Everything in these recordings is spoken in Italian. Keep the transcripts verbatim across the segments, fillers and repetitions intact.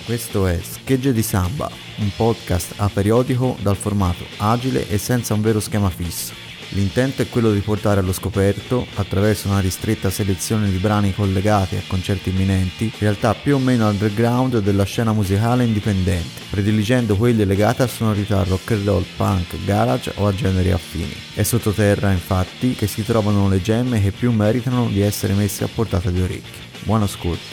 Questo è Schegge di Samba, un podcast aperiodico dal formato agile e senza un vero schema fisso. L'intento è quello di portare allo scoperto, attraverso una ristretta selezione di brani collegati a concerti imminenti, realtà più o meno underground della scena musicale indipendente, prediligendo quelle legate a sonorità rock and roll, punk, garage o a generi affini. È sottoterra, infatti, che si trovano le gemme che più meritano di essere messe a portata di orecchie. Buon ascolto.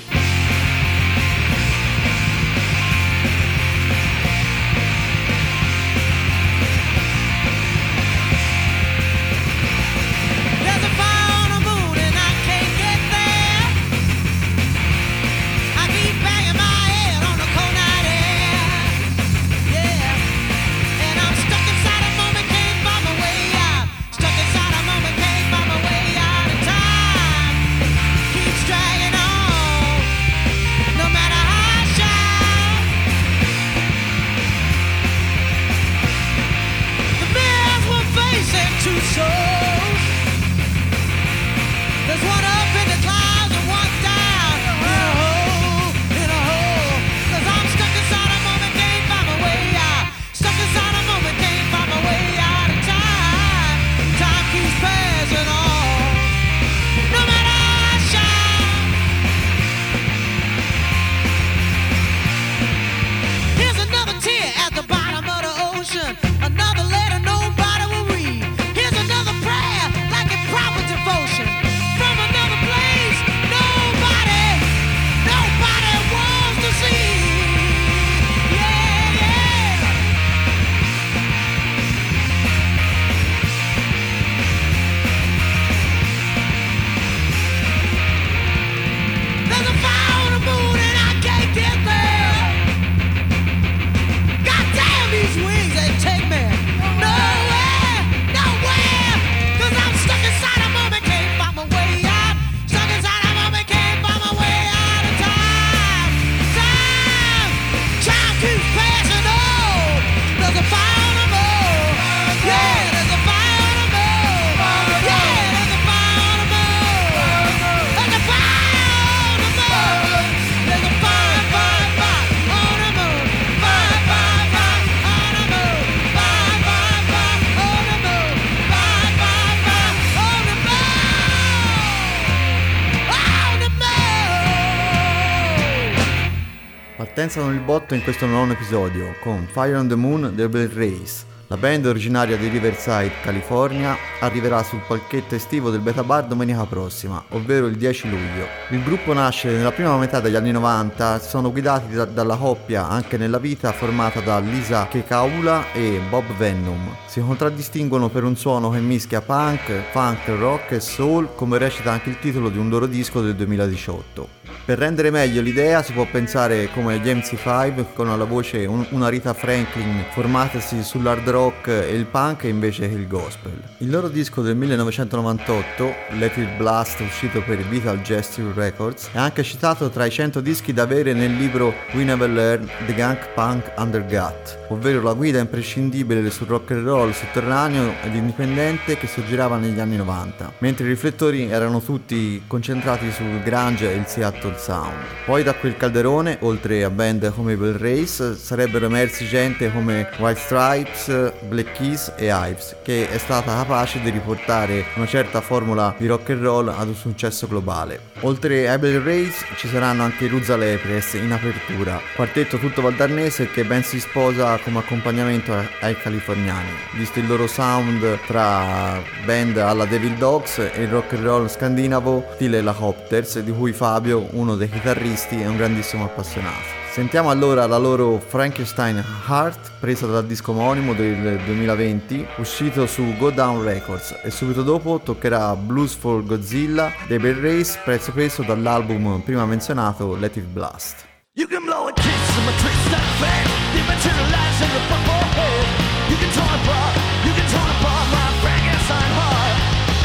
Partenza il botto in questo nono episodio con Fire on the Moon dei Bell Race. La band originaria di Riverside, California, arriverà sul palchetto estivo del Beta Bar domenica prossima, ovvero il dieci luglio. Il gruppo nasce nella prima metà degli anni novanta, sono guidati da, dalla coppia anche nella vita formata da Lisa Kekaula e Bob Venom. Si contraddistinguono per un suono che mischia punk, funk, rock e soul, come recita anche il titolo di un loro disco del duemiladiciotto. Per rendere meglio l'idea si può pensare come gli M C cinque con alla voce un, una Rita Franklin formatasi sull'hard rock e il punk invece che il gospel. Il loro disco del millenovecentonovantotto, Let It Blast, uscito per Vital Gesture Records, è anche citato tra i cento dischi da avere nel libro We Never Learned The Gang Punk Undergut, ovvero la guida imprescindibile sul rock and roll sotterraneo ed indipendente che si girava negli anni novanta, mentre i riflettori erano tutti concentrati sul grunge e il Seattle Sound. Poi da quel calderone, oltre a band come Bell Race, sarebbero emersi gente come White Stripes, Black Keys e Ives, che è stata capace di riportare una certa formula di rock and roll ad un successo globale. Oltre a Bell Race ci saranno anche i Ruzza Lepres in apertura, quartetto tutto valdarnese che ben si sposa come accompagnamento ai californiani, visto il loro sound tra band alla Devil Dogs e il rock and roll scandinavo stile Helicopters, di cui Fabio, uno dei chitarristi, è un grandissimo appassionato. Sentiamo allora la loro Frankenstein Heart, presa dal disco omonimo del duemilaventi, uscito su Go Down Records, e subito dopo toccherà Blues for Godzilla dei Bell Race, prezzo preso dall'album prima menzionato Let It Blast. You can blow a kiss in my twisted face, dematerialize in the purple haze. You can torn apart, you can torn apart my Frankenstein heart.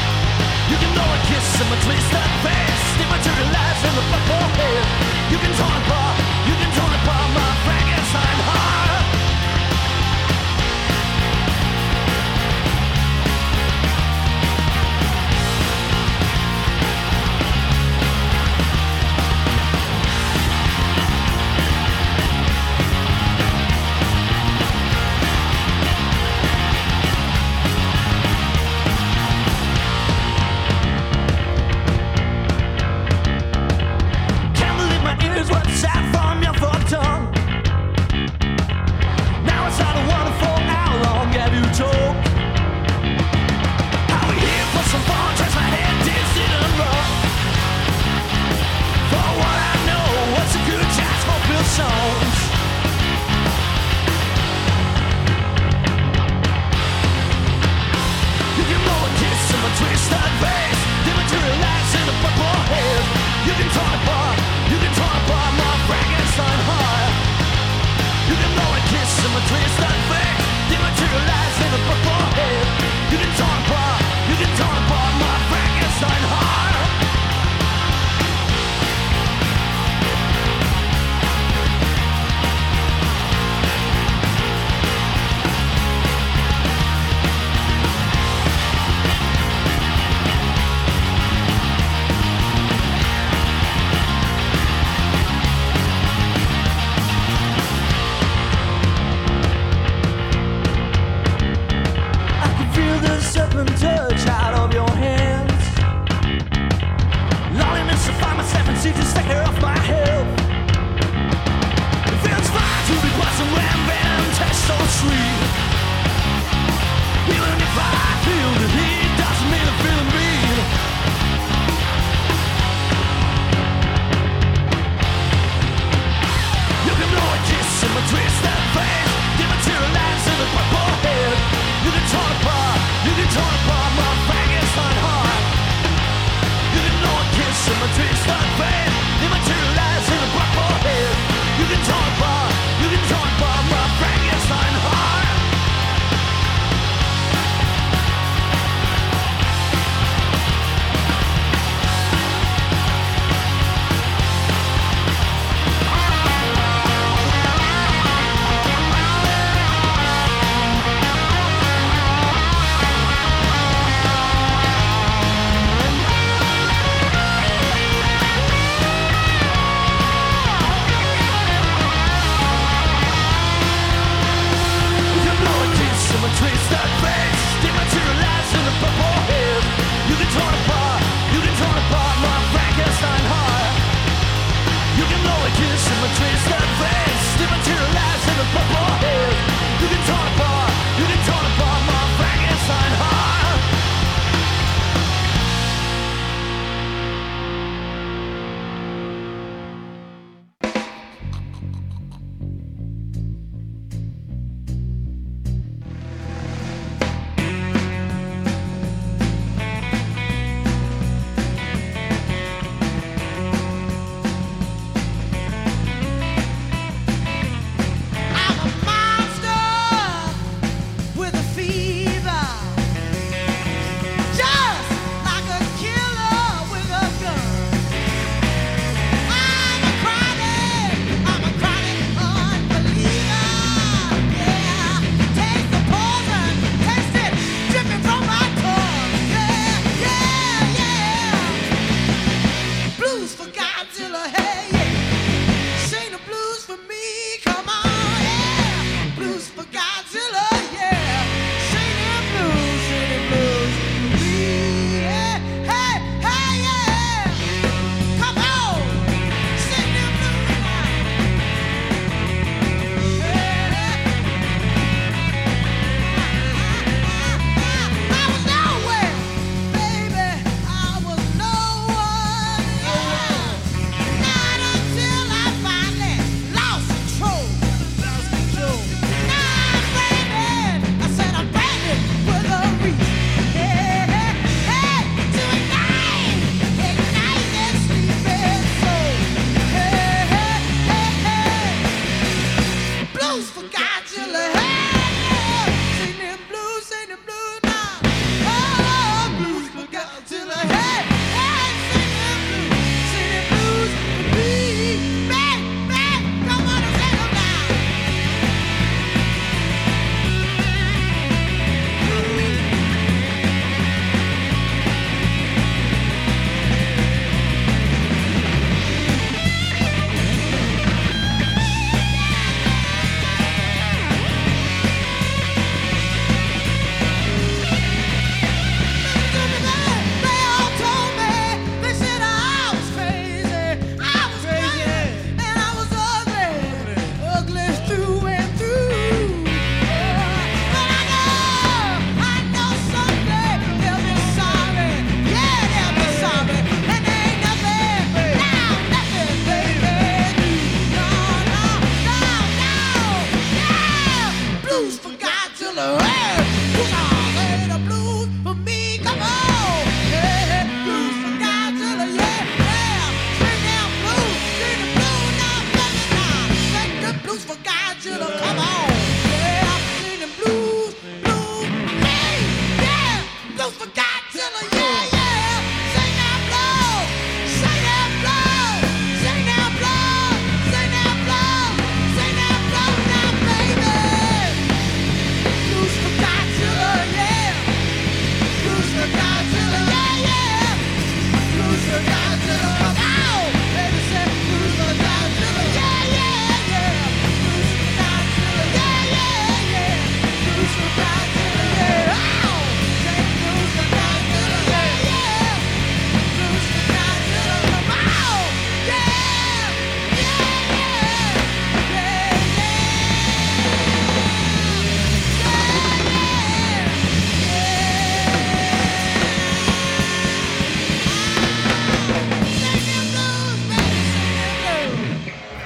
You can blow a kiss in my twisted face, dematerialize in the purple haze. You can torn apart, you can torn apart my Frankenstein heart. You can torn apart, you can torn apart my Frankenstein heart. You can blow a kiss and my twisted face dematerialize in a purple head. You can torn apart, you can torn apart my Frankenstein heart. Touch out of your hands. Loneliness to find myself and see to take care of my health. It feels fine to be blessed when venom tastes so sweet. Even if I feel the heat, doesn't mean I'm feeling mean. You can blow a kiss in my twisted face, dematerialize in the purple head. You can torn apart, you can torn apart my Frankenstein heart. You can blow a kiss in my twisted face, dematerialize in the purple head. You can torn apart, you can torn apart my Frankenstein heart.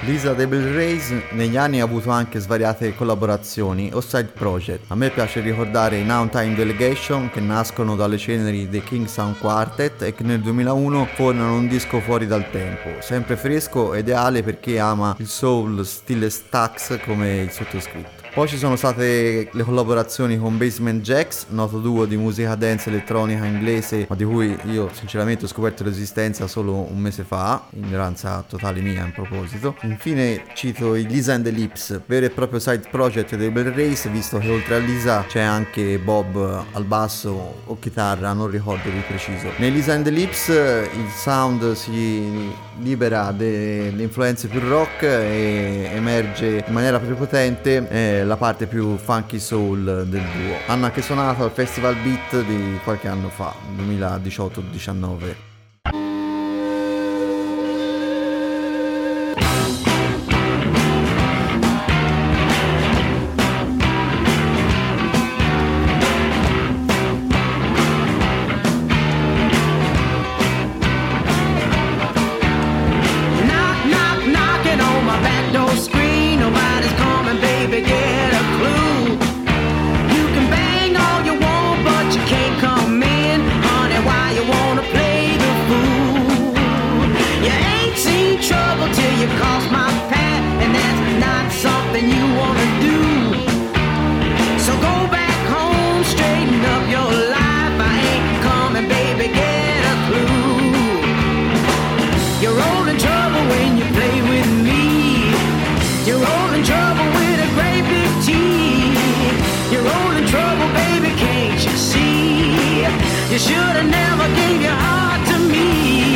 Lisa Devil Race negli anni ha avuto anche svariate collaborazioni o side project. A me piace ricordare i Now Time Delegation, che nascono dalle ceneri dei King Sound Quartet e che nel duemilauno formano un disco fuori dal tempo, sempre fresco e ideale per chi ama il soul stile Stax come il sottoscritto. Poi ci sono state le collaborazioni con Basement Jaxx, noto duo di musica dance elettronica inglese, ma di cui io sinceramente ho scoperto l'esistenza solo un mese fa, ignoranza totale mia in proposito. Infine cito i Lisa and the Lips, vero e proprio side project dei Devil Race, visto che oltre a Lisa c'è anche Bob al basso o chitarra, non ricordo di preciso. Nei Lisa and the Lips il sound si libera delle influenze più rock e emerge in maniera prepotente eh, la parte più funky soul del duo. Hanno anche suonato al Festival Beat di qualche anno fa, duemiladiciotto diciannove. You should have never gave your heart to me.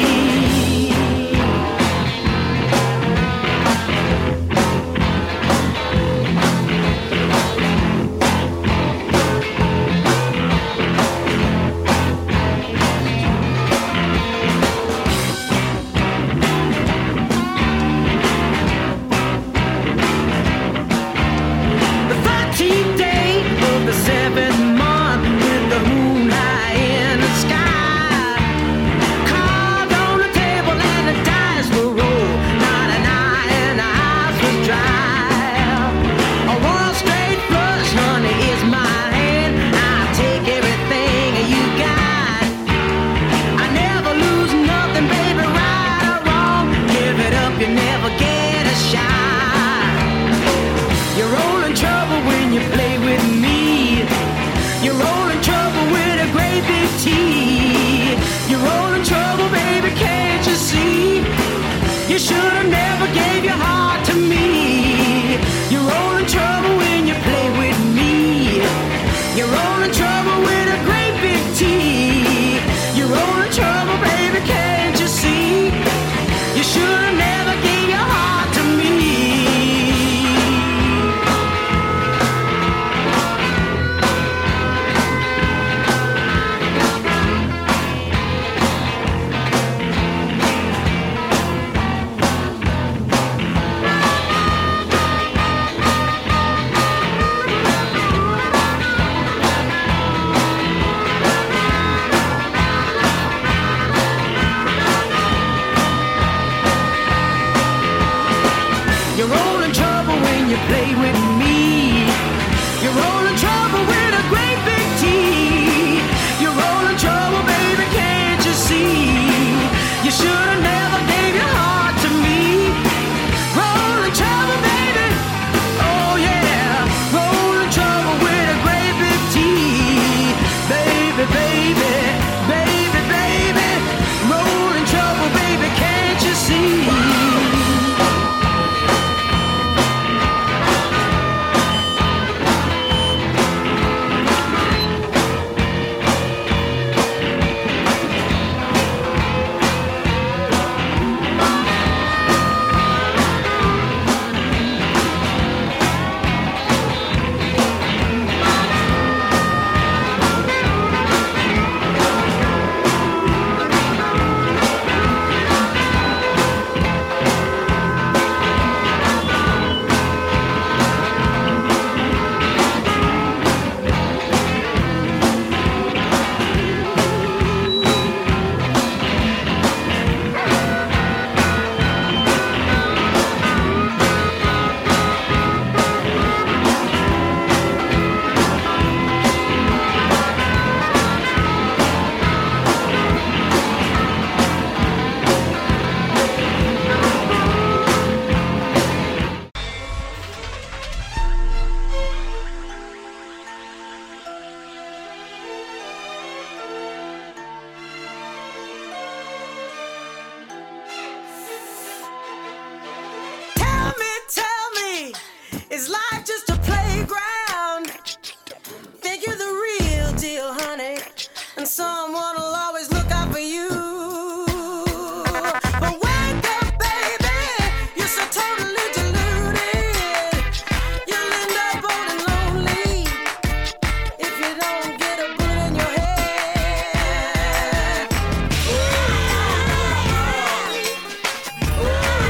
The thirteenth day of the seventh month, with the moon high in the sky, carved on the table and the dice were rolled, not an eye and the eyes was dry. A one straight flush, honey, is my hand. I take everything you got. I never lose nothing, baby, right or wrong. Give it up, you never get a shot. You're rolling trouble when you play with me. You're rolling trouble with a great big T. You're rolling trouble, baby, can't you see? You should have never gave your heart to me. You're rolling trouble when you play with me. You're rolling trouble with a great big T. You're rolling trouble, baby, can't you see? You should have never gave your heart to me. You're rolling trouble when you play with me. You're rolling trouble with a great big T. You're rolling trouble, baby, can't you see? You should have never gave your heart to me. Rolling trouble, baby, oh yeah. Rolling trouble with a great big T. Baby, baby, baby, baby. Rolling trouble, baby, can't you see? Is life just a playground? Think you're the real deal, honey, and someone will always look out for you. But wake up, baby, you're so totally deluded. You'll end up old and lonely if you don't get a bullet in your head. Ooh.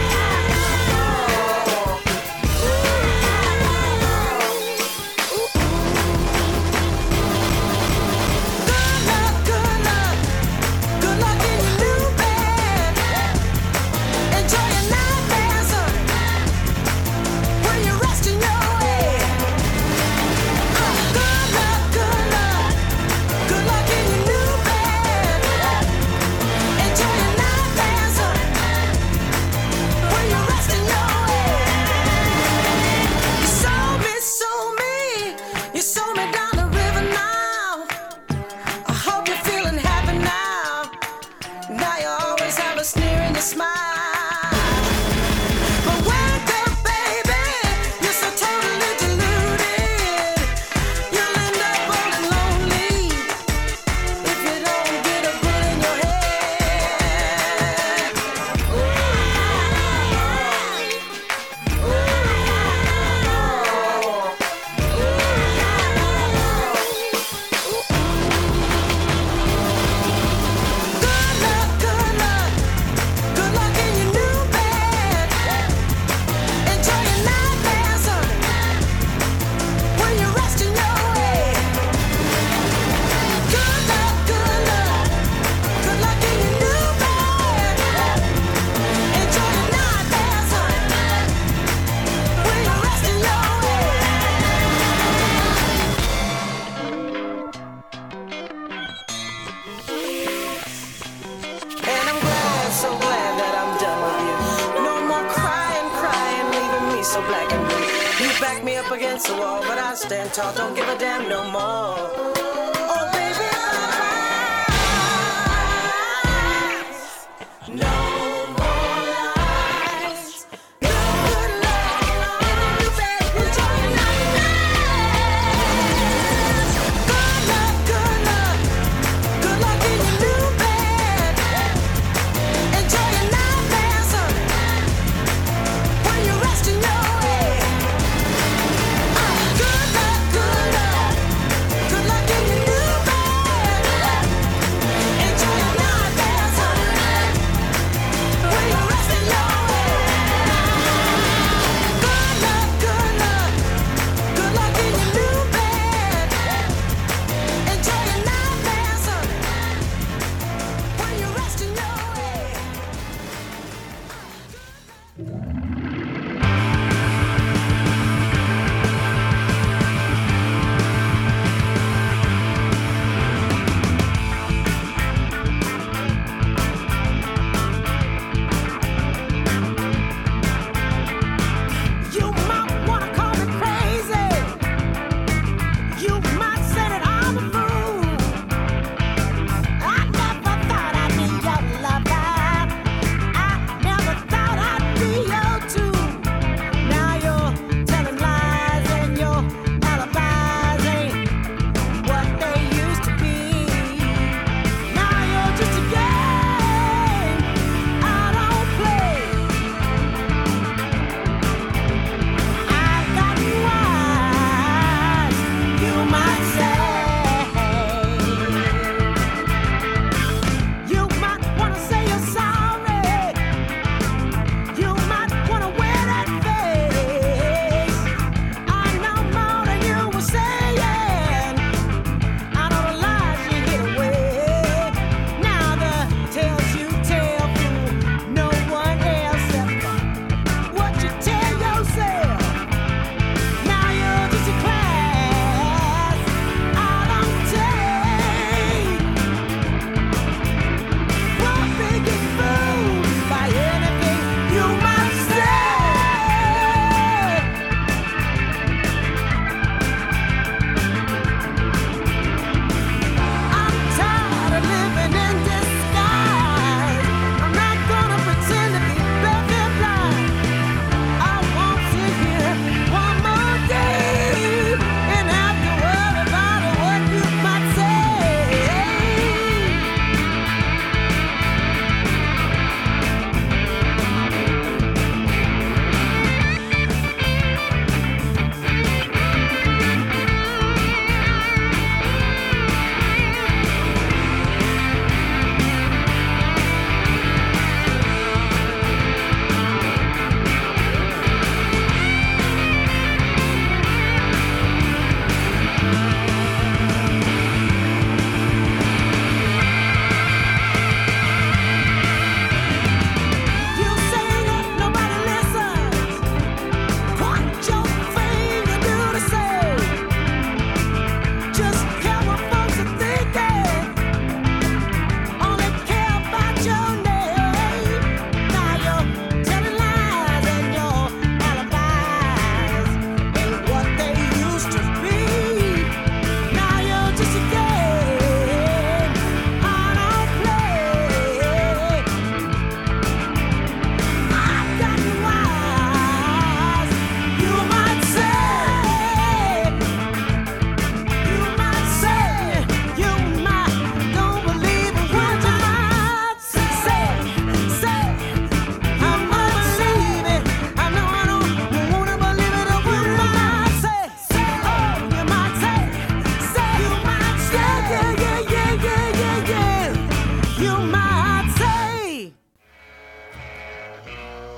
So black and blue. You back me up against the wall, but I stand tall, don't give a damn no more. Oh baby, lies. No more lies. No good luck in a new bed, enjoy nightmares. Good luck, good luck, good luck in your new bed. Enjoy your nightmares, honey, when you're resting your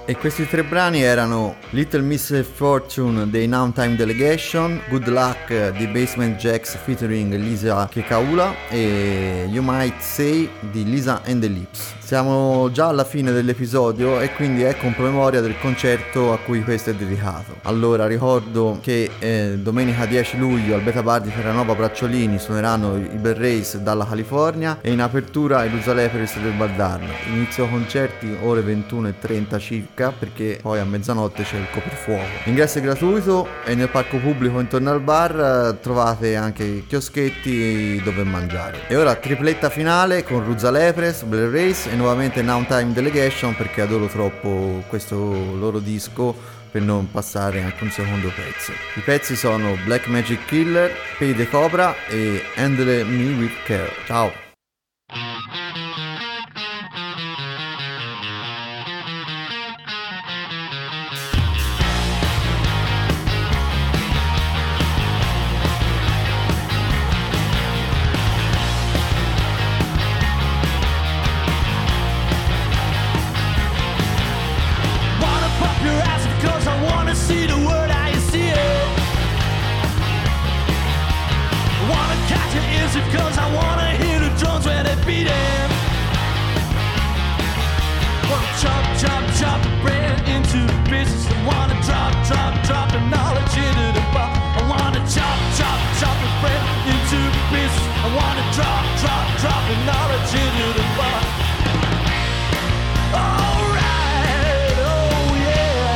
E questi tre brani erano Little Miss Fortune dei Now Time Delegation, Good Luck di Basement Jaxx featuring Lisa Kekaula e You Might Say di Lisa and the Lips. Siamo già alla fine dell'episodio e quindi ecco un promemoria del concerto a cui questo è dedicato. Allora ricordo che eh, domenica dieci luglio al Beta Bar di Terranova Bracciolini suoneranno i Bell Race dalla California e in apertura i Lusa Lepers del Valdarno. Inizio concerti ore ventuno e trenta circa, perché poi a mezzanotte c'è il coprifuoco. L'ingresso è gratuito e nel parco pubblico intorno al bar trovate anche i chioschetti dove mangiare. E ora tripletta finale con Ruza Lepres, Bell Race e nuovamente Now Time Delegation, perché adoro troppo questo loro disco per non passare anche un secondo pezzo. I pezzi sono Black Magic Killer, Pay the Cobra e Handle Me With Care. Ciao! See the word how you see it. Wanna catch your ears because I wanna hear the drums when they beat it. Wanna chop, chop, chop the bread into pieces. I wanna drop, drop, drop the knowledge into the bar. I wanna chop, chop, chop the bread into pieces. I wanna drop, drop, drop the knowledge into the bar. Alright, oh yeah.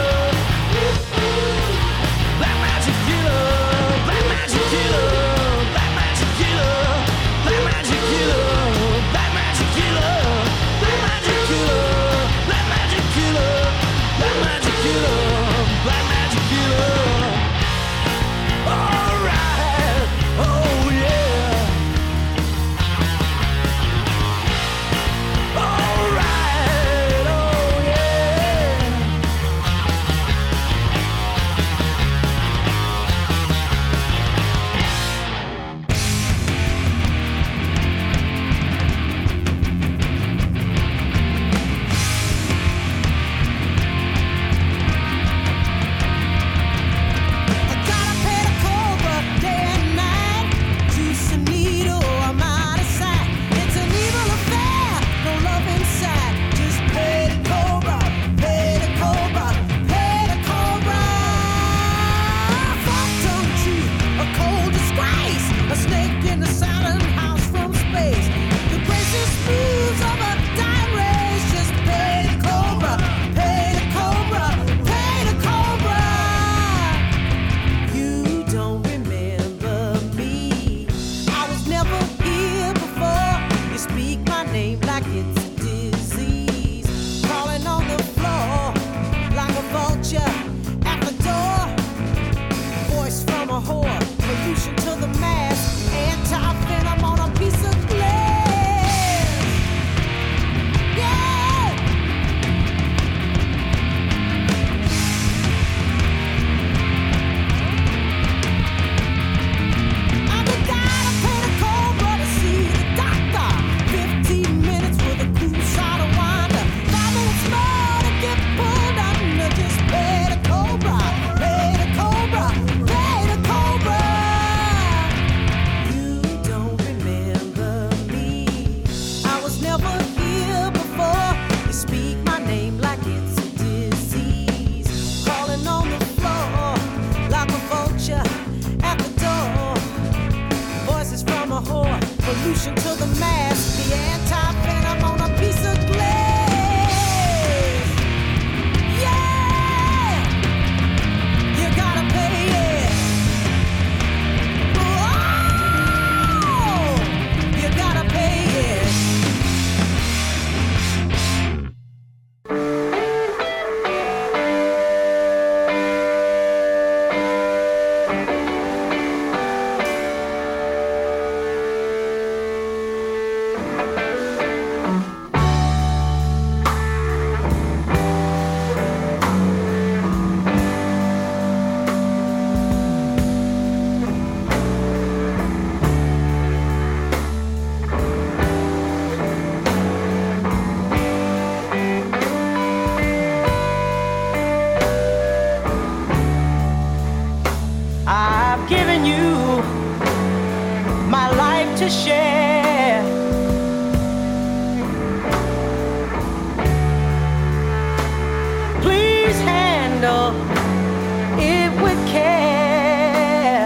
Killer, solution to the mask. The anti-venom on a piece of glass. Yeah, you gotta pay it. Oh, you gotta pay it. I've given you my life to share. Please handle it with care.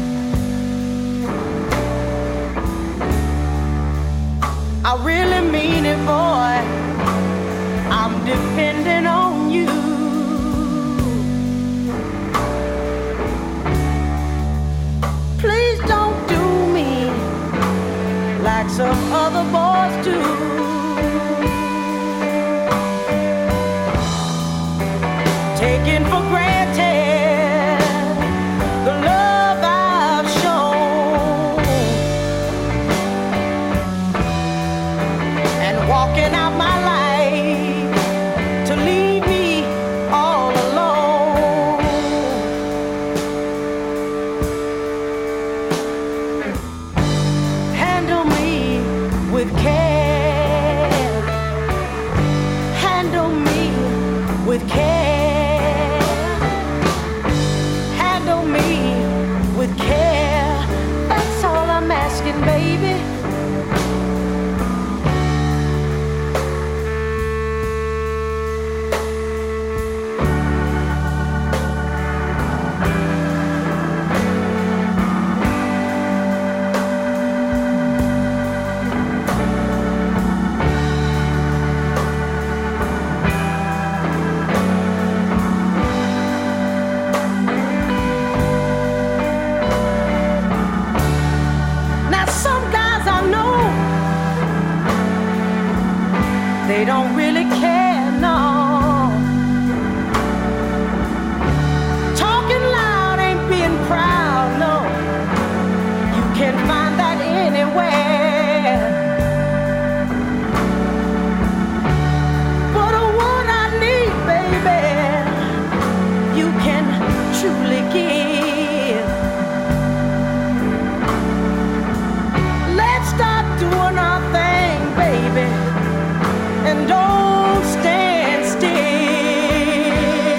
I really mean it, boy. I'm depending on you. Please don't do me like some other boys do. Taking for granted the love I've shown, and walking out my life to leave me all alone. Handle me with care. Handle me with care. Handle me with care. That's all I'm asking, baby. Now some guys I know, they don't really care, no. Talking loud ain't being proud, no. You can find that anywhere. But what I need, baby, you can truly give. Let's start doing our thing, baby, and don't stand still.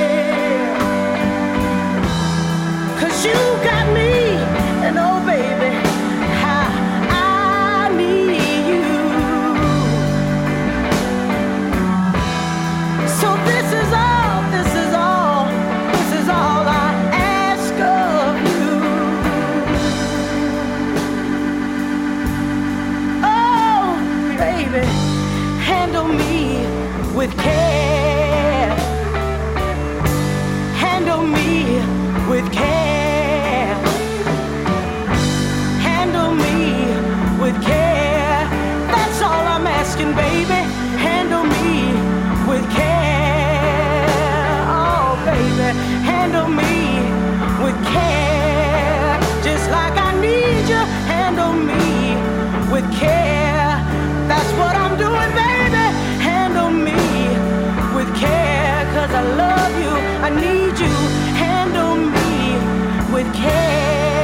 'Cause you got me, and oh baby, how I need you. So this is all, this is all, this is all I ask of you. Oh, baby, handle me with care. Handle me with care. Handle me with care. That's all I'm asking, baby. Handle me with care. Oh, baby, handle me with care. Just like I need you, handle me with care. That's what I'm doing, baby. Handle me with care. 'Cause I love you, I need you. Handle me with care.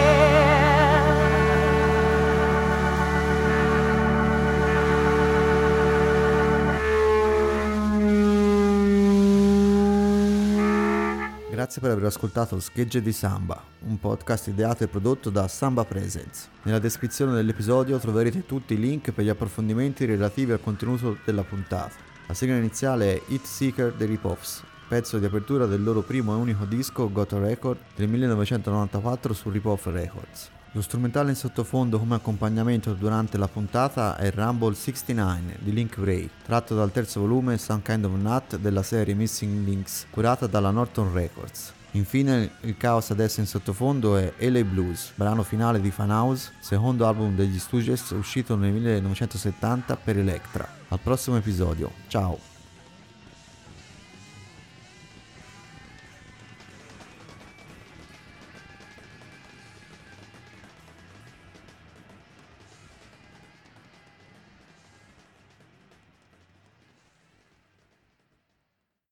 Grazie per aver ascoltato Schegge di Samba, un podcast ideato e prodotto da Samba Presents. Nella descrizione dell'episodio troverete tutti i link per gli approfondimenti relativi al contenuto della puntata. La sigla iniziale è Hit Seeker dei Ripoffs, pezzo di apertura del loro primo e unico disco Got a Record del millenovecentonovantaquattro su Ripoff Records. Lo strumentale in sottofondo come accompagnamento durante la puntata è Rumble sessantanove di Link Wray, tratto dal terzo volume Some Kind of Nut della serie Missing Links, curata dalla Norton Records. Infine il caos adesso in sottofondo è L A Blues, brano finale di Funhouse, secondo album degli Stooges uscito nel millenovecentosettanta per Elektra. Al prossimo episodio, ciao!